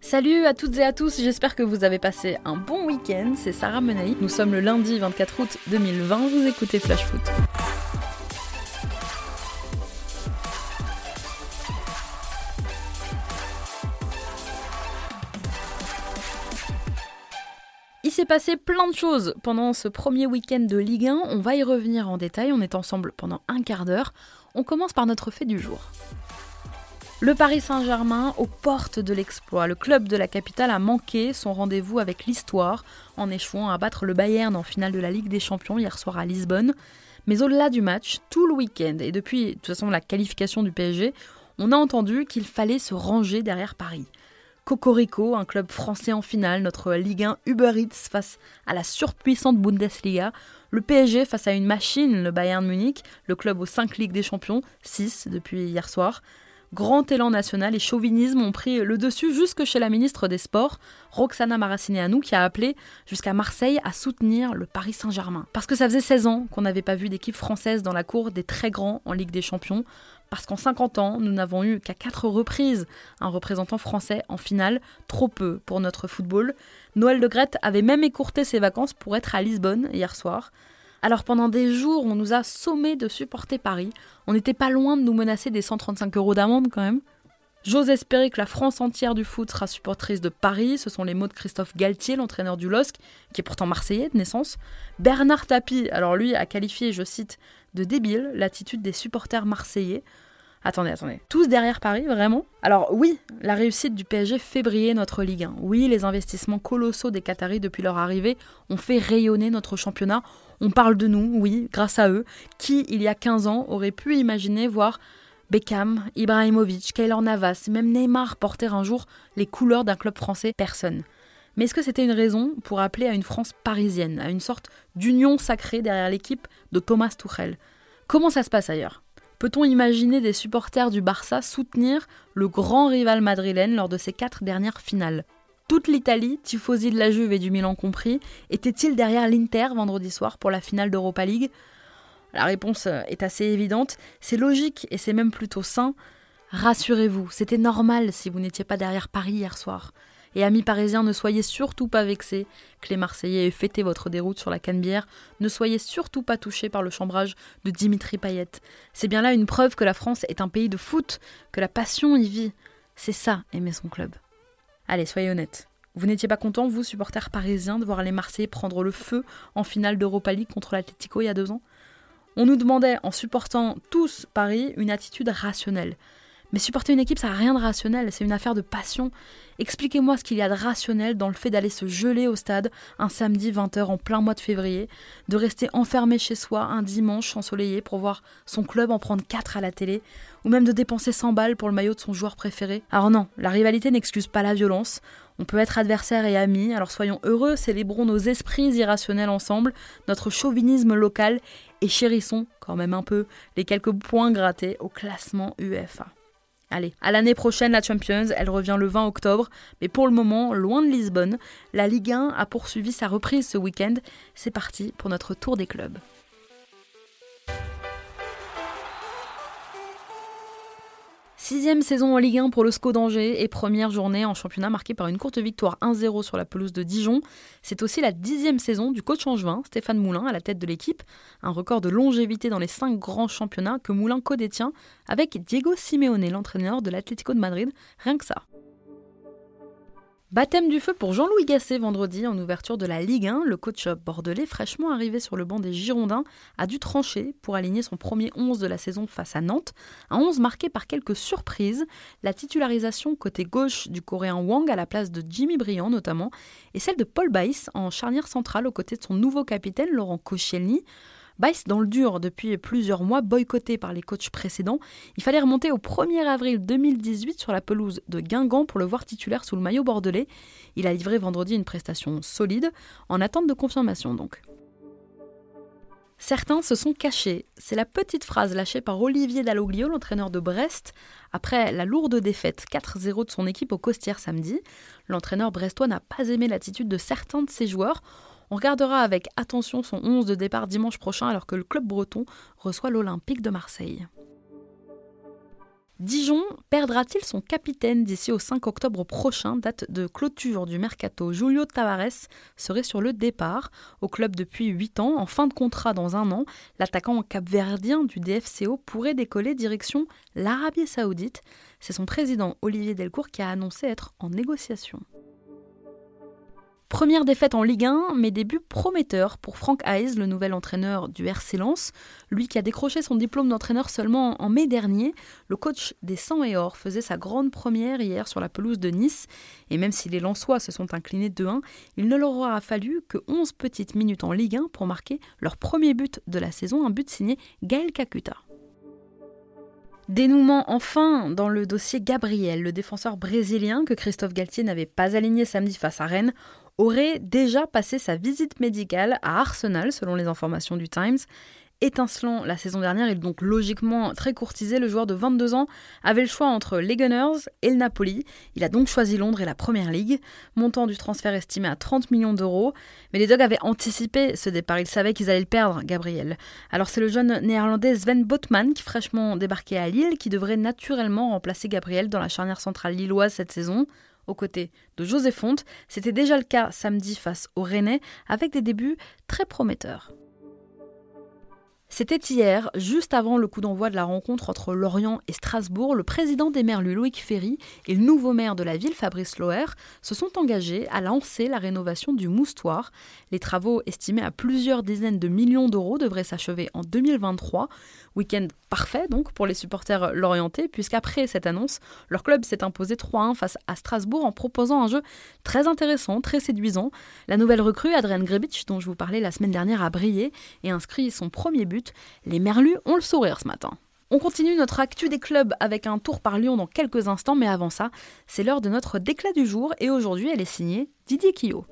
Salut à toutes et à tous, j'espère que vous avez passé un bon week-end, c'est Sarah Menaï. Nous sommes le lundi 24 août 2020, vous écoutez Flash Foot. Il s'est passé plein de choses pendant ce premier week-end de Ligue 1, on va y revenir en détail, on est ensemble pendant un quart d'heure. On commence par notre fait du jour. Le Paris Saint-Germain aux portes de l'exploit. Le club de la capitale a manqué son rendez-vous avec l'histoire en échouant à battre le Bayern en finale de la Ligue des Champions hier soir à Lisbonne. Mais au-delà du match, tout le week-end et depuis de toute façon la qualification du PSG, on a entendu qu'il fallait se ranger derrière Paris. Cocorico, un club français en finale, notre Ligue 1 Uber Eats face à la surpuissante Bundesliga, le PSG face à une machine, le Bayern Munich, le club aux 5 Ligues des Champions, 6 depuis hier soir. Grand élan national et chauvinisme ont pris le dessus jusque chez la ministre des Sports, Roxana Maracineanu, qui a appelé jusqu'à Marseille à soutenir le Paris Saint-Germain. Parce que ça faisait 16 ans qu'on n'avait pas vu d'équipe française dans la cour des très grands en Ligue des Champions, parce qu'en 50 ans, nous n'avons eu qu'à 4 reprises un représentant français en finale, trop peu pour notre football. Noël Le Graët avait même écourté ses vacances pour être à Lisbonne hier soir. Alors pendant des jours, on nous a sommé de supporter Paris. On n'était pas loin de nous menacer des 135 € d'amende quand même. J'ose espérer que la France entière du foot sera supportrice de Paris. Ce sont les mots de Christophe Galtier, l'entraîneur du LOSC, qui est pourtant marseillais de naissance. Bernard Tapie, alors lui, a qualifié, je cite, de débile l'attitude des supporters marseillais. Attendez. Tous derrière Paris, vraiment ? Alors oui, la réussite du PSG fait briller notre Ligue 1. Oui, les investissements colossaux des Qataris depuis leur arrivée ont fait rayonner notre championnat. On parle de nous, oui, grâce à eux. Qui, il y a 15 ans, aurait pu imaginer voir Beckham, Ibrahimovic, Keylor Navas, même Neymar porter un jour les couleurs d'un club français ? Personne. Mais est-ce que c'était une raison pour appeler à une France parisienne, à une sorte d'union sacrée derrière l'équipe de Thomas Tuchel ? Comment ça se passe ailleurs ? Peut-on imaginer des supporters du Barça soutenir le grand rival madrilène lors de ses 4 dernières finales ? Toute l'Italie, tifosi de la Juve et du Milan compris, était-il derrière l'Inter vendredi soir pour la finale d'Europa League ? La réponse est assez évidente, c'est logique et c'est même plutôt sain. Rassurez-vous, c'était normal si vous n'étiez pas derrière Paris hier soir. Et amis parisiens, ne soyez surtout pas vexés que les Marseillais aient fêté votre déroute sur la Canebière. Ne soyez surtout pas touchés par le chambrage de Dimitri Payet. C'est bien là une preuve que la France est un pays de foot, que la passion y vit. C'est ça, aimer son club. Allez, soyez honnêtes. Vous n'étiez pas contents, vous, supporters parisiens, de voir les Marseillais prendre le feu en finale d'Europa League contre l'Atlético il y a 2 ans ? On nous demandait, en supportant tous Paris, une attitude rationnelle. Mais supporter une équipe, ça n'a rien de rationnel, c'est une affaire de passion. Expliquez-moi ce qu'il y a de rationnel dans le fait d'aller se geler au stade un samedi 20h en plein mois de février, de rester enfermé chez soi un dimanche ensoleillé pour voir son club en prendre 4 à la télé, ou même de dépenser 100 balles pour le maillot de son joueur préféré. Alors non, la rivalité n'excuse pas la violence. On peut être adversaires et amis, alors soyons heureux, célébrons nos esprits irrationnels ensemble, notre chauvinisme local, et chérissons quand même un peu les quelques points grattés au classement UEFA. Allez, à l'année prochaine la Champions, elle revient le 20 octobre, mais pour le moment, loin de Lisbonne, la Ligue 1 a poursuivi sa reprise ce week-end. C'est parti pour notre tour des clubs. 6e saison en Ligue 1 pour le SCO d'Angers et première journée en championnat marquée par une courte victoire 1-0 sur la pelouse de Dijon. C'est aussi la 10e saison du coach angevin, Stéphane Moulin, à la tête de l'équipe. Un record de longévité dans les 5 grands championnats que Moulin codétient avec Diego Simeone, l'entraîneur de l'Atlético de Madrid. Rien que ça. Baptême du feu pour Jean-Louis Gasset vendredi en ouverture de la Ligue 1. Le coach bordelais, fraîchement arrivé sur le banc des Girondins, a dû trancher pour aligner son premier 11 de la saison face à Nantes. Un 11 marqué par quelques surprises. La titularisation côté gauche du Coréen Wang à la place de Jimmy Briand notamment, et celle de Paul Baïs en charnière centrale aux côtés de son nouveau capitaine Laurent Koscielny. Baïs dans le dur depuis plusieurs mois, boycotté par les coachs précédents. Il fallait remonter au 1er avril 2018 sur la pelouse de Guingamp pour le voir titulaire sous le maillot bordelais. Il a livré vendredi une prestation solide, en attente de confirmation donc. Certains se sont cachés. C'est la petite phrase lâchée par Olivier Dalloglio, l'entraîneur de Brest, après la lourde défaite 4-0 de son équipe au Costières samedi. L'entraîneur brestois n'a pas aimé l'attitude de certains de ses joueurs. On regardera avec attention son 11 de départ dimanche prochain alors que le club breton reçoit l'Olympique de Marseille. Dijon perdra-t-il son capitaine d'ici au 5 octobre prochain, date de clôture du mercato? Julio Tavares serait sur le départ. Au club depuis 8 ans, en fin de contrat dans 1 an, l'attaquant capverdien du DFCO pourrait décoller direction l'Arabie Saoudite. C'est son président Olivier Delcourt qui a annoncé être en négociation. Première défaite en Ligue 1, mais début prometteur pour Franck Haise, le nouvel entraîneur du RC Lens. Lui qui a décroché son diplôme d'entraîneur seulement en mai dernier, le coach des 100 et or faisait sa grande première hier sur la pelouse de Nice. Et même si les Lensois se sont inclinés 2-1, il ne leur aura fallu que 11 petites minutes en Ligue 1 pour marquer leur premier but de la saison, un but signé Gaël Kakuta. Dénouement enfin dans le dossier Gabriel, le défenseur brésilien que Christophe Galtier n'avait pas aligné samedi face à Rennes, aurait déjà passé sa visite médicale à Arsenal selon les informations du Times. Étincelant la saison dernière, il est donc logiquement très courtisé. Le joueur de 22 ans avait le choix entre les Gunners et le Napoli. Il a donc choisi Londres et la Première Ligue. Montant du transfert estimé à 30 millions d'euros. Mais les Dogs avaient anticipé ce départ. Ils savaient qu'ils allaient le perdre, Gabriel. Alors c'est le jeune néerlandais Sven Botman, qui fraîchement débarqué à Lille, qui devrait naturellement remplacer Gabriel dans la charnière centrale lilloise cette saison. Aux côtés de José Fonte, c'était déjà le cas samedi face aux Rennais, avec des débuts très prometteurs. C'était hier, juste avant le coup d'envoi de la rencontre entre Lorient et Strasbourg, le président des Merlus, Loïc Ferry, et le nouveau maire de la ville, Fabrice Loher, se sont engagés à lancer la rénovation du Moustoir. Les travaux, estimés à plusieurs dizaines de millions d'euros, devraient s'achever en 2023. Week-end parfait donc pour les supporters lorientais, puisqu'après cette annonce, leur club s'est imposé 3-1 face à Strasbourg en proposant un jeu très intéressant, très séduisant. La nouvelle recrue, Adrian Grebic, dont je vous parlais la semaine dernière, a brillé et inscrit son premier but. Les Merlus ont le sourire ce matin. On continue notre actu des clubs avec un tour par Lyon dans quelques instants, mais avant ça, c'est l'heure de notre déclat du jour et aujourd'hui elle est signée Didier Quillot.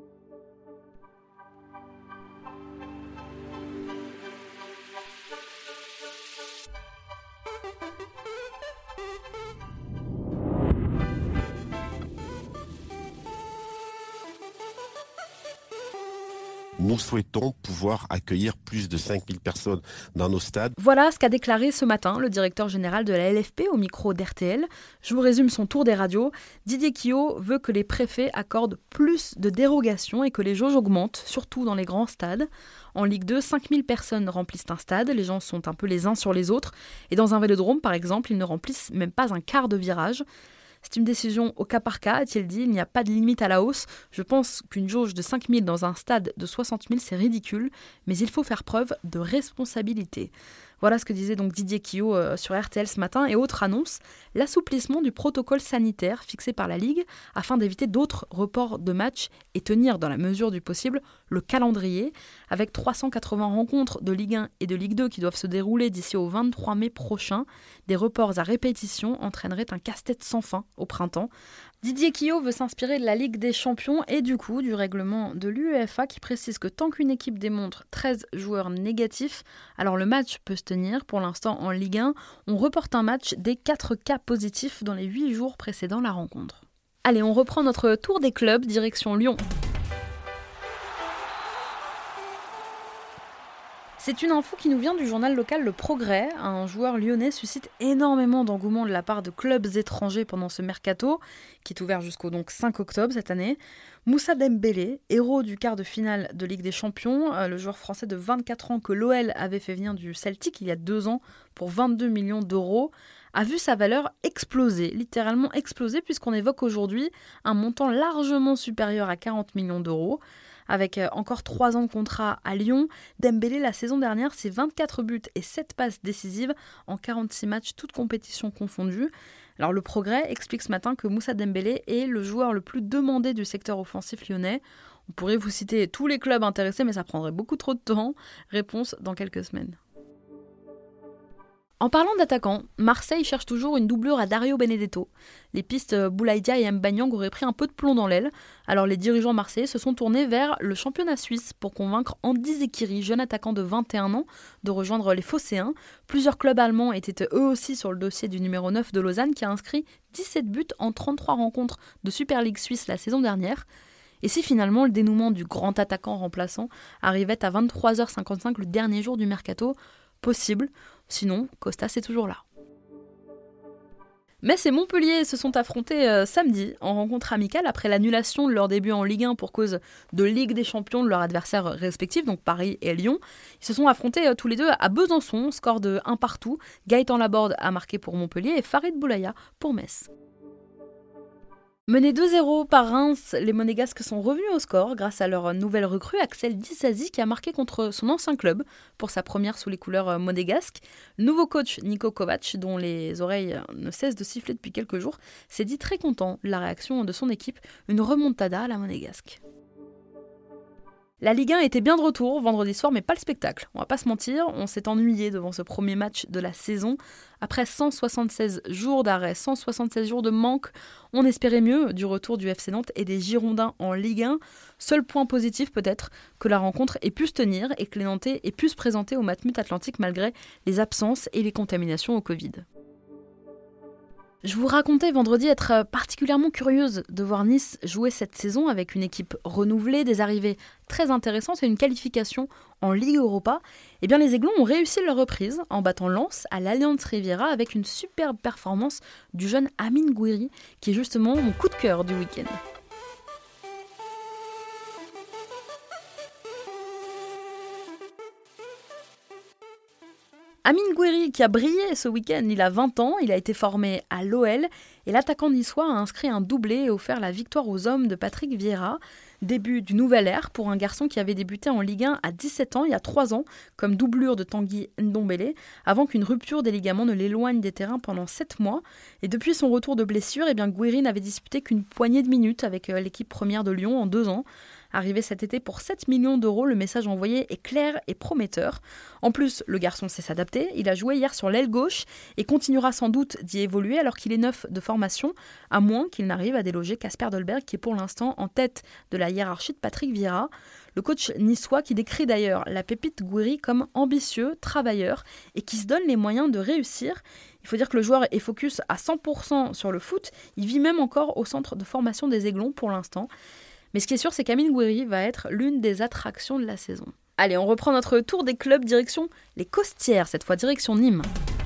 Nous souhaitons pouvoir accueillir plus de 5000 personnes dans nos stades. Voilà ce qu'a déclaré ce matin le directeur général de la LFP au micro d'RTL. Je vous résume son tour des radios. Didier Quillot veut que les préfets accordent plus de dérogations et que les jauges augmentent, surtout dans les grands stades. En Ligue 2, 5000 personnes remplissent un stade, les gens sont un peu les uns sur les autres. Et dans un vélodrome, par exemple, ils ne remplissent même pas un quart de virage. C'est une décision au cas par cas, a-t-il dit, il n'y a pas de limite à la hausse. Je pense qu'une jauge de 5 000 dans un stade de 60 000, c'est ridicule, mais il faut faire preuve de responsabilité. Voilà ce que disait donc Didier Quillot sur RTL ce matin. Et autre annonce, l'assouplissement du protocole sanitaire fixé par la Ligue afin d'éviter d'autres reports de matchs et tenir dans la mesure du possible le calendrier. Avec 380 rencontres de Ligue 1 et de Ligue 2 qui doivent se dérouler d'ici au 23 mai prochain, des reports à répétition entraîneraient un casse-tête sans fin au printemps. Didier Quillot veut s'inspirer de la Ligue des Champions et du coup du règlement de l'UEFA qui précise que tant qu'une équipe démontre 13 joueurs négatifs, alors le match peut se tenir. Pour l'instant en Ligue 1, on reporte un match dès 4 cas positifs dans les 8 jours précédant la rencontre. Allez, on reprend notre tour des clubs, direction Lyon. C'est une info qui nous vient du journal local Le Progrès. Un joueur lyonnais suscite énormément d'engouement de la part de clubs étrangers pendant ce mercato, qui est ouvert jusqu'au 5 octobre cette année. Moussa Dembélé, héros du quart de finale de Ligue des Champions, le joueur français de 24 ans que l'OL avait fait venir du Celtic il y a 2 ans pour 22 millions d'euros, a vu sa valeur exploser, littéralement exploser, puisqu'on évoque aujourd'hui un montant largement supérieur à 40 millions d'euros. Avec encore 3 ans de contrat à Lyon, Dembélé, la saison dernière, c'est 24 buts et 7 passes décisives en 46 matchs, toutes compétitions confondues. Alors le Progrès explique ce matin que Moussa Dembélé est le joueur le plus demandé du secteur offensif lyonnais. On pourrait vous citer tous les clubs intéressés, mais ça prendrait beaucoup trop de temps. Réponse dans quelques semaines. En parlant d'attaquants, Marseille cherche toujours une doublure à Dario Benedetto. Les pistes Boulaïdia et Mbanyang auraient pris un peu de plomb dans l'aile, alors les dirigeants marseillais se sont tournés vers le championnat suisse pour convaincre Andy Zekiri, jeune attaquant de 21 ans, de rejoindre les Phocéens. Plusieurs clubs allemands étaient eux aussi sur le dossier du numéro 9 de Lausanne qui a inscrit 17 buts en 33 rencontres de Super League suisse la saison dernière. Et si finalement le dénouement du grand attaquant remplaçant arrivait à 23h55 le dernier jour du mercato, possible. Sinon, Costas est toujours là. Metz et Montpellier se sont affrontés samedi en rencontre amicale après l'annulation de leur début en Ligue 1 pour cause de Ligue des Champions de leurs adversaires respectifs, donc Paris et Lyon. Ils se sont affrontés tous les deux à Besançon, score de 1 partout. Gaëtan Laborde a marqué pour Montpellier et Farid Boulaya pour Metz. Menés 2-0 par Reims, les Monégasques sont revenus au score grâce à leur nouvelle recrue Axel Disasi qui a marqué contre son ancien club pour sa première sous les couleurs monégasques. Le nouveau coach Niko Kovac, dont les oreilles ne cessent de siffler depuis quelques jours, s'est dit très content de la réaction de son équipe, une remontada à la monégasque. La Ligue 1 était bien de retour vendredi soir, mais pas le spectacle. On va pas se mentir, on s'est ennuyé devant ce premier match de la saison. Après 176 jours d'arrêt, 176 jours de manque, on espérait mieux du retour du FC Nantes et des Girondins en Ligue 1. Seul point positif peut-être, que la rencontre ait pu se tenir et que les Nantais aient pu se présenter au Matmut Atlantique malgré les absences et les contaminations au Covid. Je vous racontais vendredi être particulièrement curieuse de voir Nice jouer cette saison avec une équipe renouvelée, des arrivées très intéressantes et une qualification en Ligue Europa. Eh bien, les Aiglons ont réussi leur reprise en battant Lens à l'Allianz Riviera avec une superbe performance du jeune Amine Gouiri, qui est justement mon coup de cœur du week-end. Amine Gouiri qui a brillé ce week-end, il a 20 ans, il a été formé à l'OL et l'attaquant niçois a inscrit un doublé et offert la victoire aux hommes de Patrick Vieira. Début du nouvel ère pour un garçon qui avait débuté en Ligue 1 à 17 ans, il y a 3 ans, comme doublure de Tanguy Ndombele, avant qu'une rupture des ligaments ne l'éloigne des terrains pendant 7 mois. Et depuis son retour de blessure, Gouiri n'avait disputé qu'une poignée de minutes avec l'équipe première de Lyon en 2 ans. Arrivé cet été pour 7 millions d'euros, le message envoyé est clair et prometteur. En plus, le garçon sait s'adapter. Il a joué hier sur l'aile gauche et continuera sans doute d'y évoluer alors qu'il est neuf de formation, à moins qu'il n'arrive à déloger Kasper Dolberg qui est pour l'instant en tête de la hiérarchie de Patrick Vieira. Le coach niçois qui décrit d'ailleurs la pépite Gouiri comme ambitieux, travailleur et qui se donne les moyens de réussir. Il faut dire que le joueur est focus à 100% sur le foot. Il vit même encore au centre de formation des Aiglons pour l'instant. Mais ce qui est sûr, c'est qu'Amine Gouiri va être l'une des attractions de la saison. Allez, on reprend notre tour des clubs direction les Costières, cette fois direction Nîmes.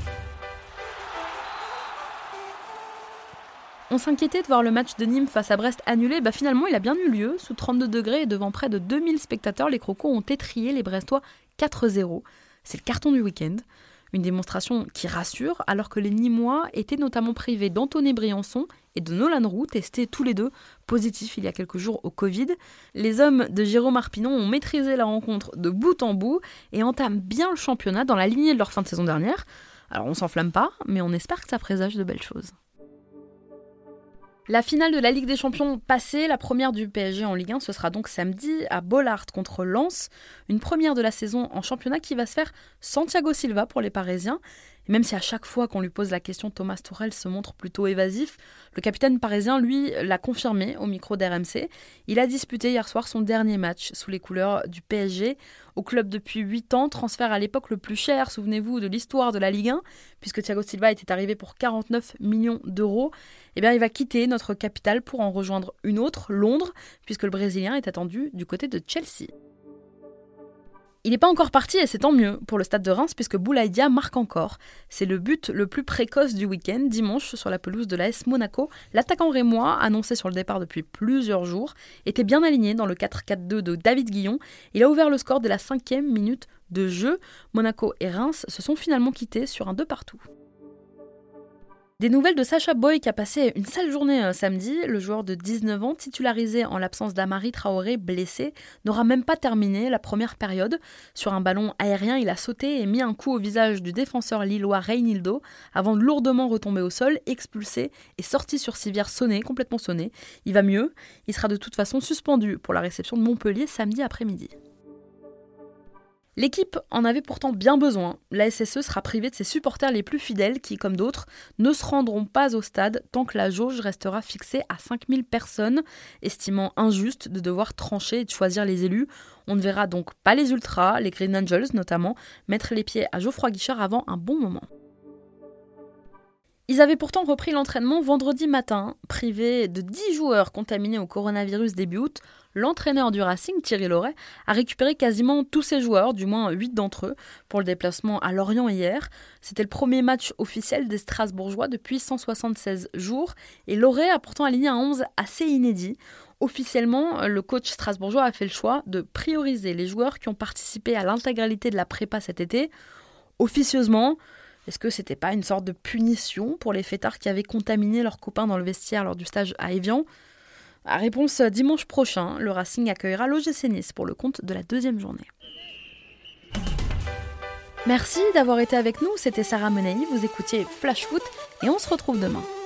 On s'inquiétait de voir le match de Nîmes face à Brest annulé. Finalement, il a bien eu lieu. Sous 32 degrés et devant près de 2000 spectateurs, les Crocos ont étrié les Brestois 4-0. C'est le carton du week-end. Une démonstration qui rassure, alors que les Nîmois étaient notamment privés d'Anthony Briançon et de Nolan Roux, testés tous les deux positifs il y a quelques jours au Covid. Les hommes de Jérôme Arpinon ont maîtrisé la rencontre de bout en bout et entament bien le championnat dans la lignée de leur fin de saison dernière. Alors on s'enflamme pas, mais on espère que ça présage de belles choses. La finale de la Ligue des Champions passée, la première du PSG en Ligue 1, ce sera donc samedi à Bollaert contre Lens. Une première de la saison en championnat qui va se faire sans Thiago Silva pour les Parisiens. Et même si à chaque fois qu'on lui pose la question, Thomas Tuchel se montre plutôt évasif, le capitaine parisien, lui, l'a confirmé au micro d'RMC. Il a disputé hier soir son dernier match sous les couleurs du PSG. Au club depuis 8 ans, transfert à l'époque le plus cher, souvenez-vous, de l'histoire de la Ligue 1, puisque Thiago Silva était arrivé pour 49 millions d'euros. Il va quitter notre capitale pour en rejoindre une autre, Londres, puisque le Brésilien est attendu du côté de Chelsea. Il n'est pas encore parti et c'est tant mieux pour le stade de Reims puisque Boulaïdia marque encore. C'est le but le plus précoce du week-end, dimanche sur la pelouse de l'AS Monaco. L'attaquant rémois, annoncé sur le départ depuis plusieurs jours, était bien aligné dans le 4-4-2 de David Guillon. Il a ouvert le score dès la 5e minute de jeu. Monaco et Reims se sont finalement quittés sur un 2-2. Des nouvelles de Sacha Boey qui a passé une sale journée samedi. Le joueur de 19 ans, titularisé en l'absence d'Amari Traoré, blessé, n'aura même pas terminé la première période. Sur un ballon aérien, il a sauté et mis un coup au visage du défenseur lillois Reinildo avant de lourdement retomber au sol, expulsé et sorti sur civière complètement sonné. Il va mieux, il sera de toute façon suspendu pour la réception de Montpellier samedi après-midi. L'équipe en avait pourtant bien besoin. La SSE sera privée de ses supporters les plus fidèles qui, comme d'autres, ne se rendront pas au stade tant que la jauge restera fixée à 5000 personnes, estimant injuste de devoir trancher et de choisir les élus. On ne verra donc pas les Ultras, les Green Angels notamment, mettre les pieds à Geoffroy Guichard avant un bon moment. Ils avaient pourtant repris l'entraînement vendredi matin. Privé de 10 joueurs contaminés au coronavirus début août, l'entraîneur du Racing, Thierry Laurey, a récupéré quasiment tous ses joueurs, du moins 8 d'entre eux, pour le déplacement à Lorient hier. C'était le premier match officiel des Strasbourgeois depuis 176 jours et Laurey a pourtant aligné un 11 assez inédit. Officiellement, le coach strasbourgeois a fait le choix de prioriser les joueurs qui ont participé à l'intégralité de la prépa cet été. Officieusement, est-ce que c'était pas une sorte de punition pour les fêtards qui avaient contaminé leurs copains dans le vestiaire lors du stage à Évian ? Réponse dimanche prochain, le Racing accueillera l'OGC Nice pour le compte de la 2e journée. Merci d'avoir été avec nous, c'était Sarah Menei, vous écoutiez Flash Foot et on se retrouve demain.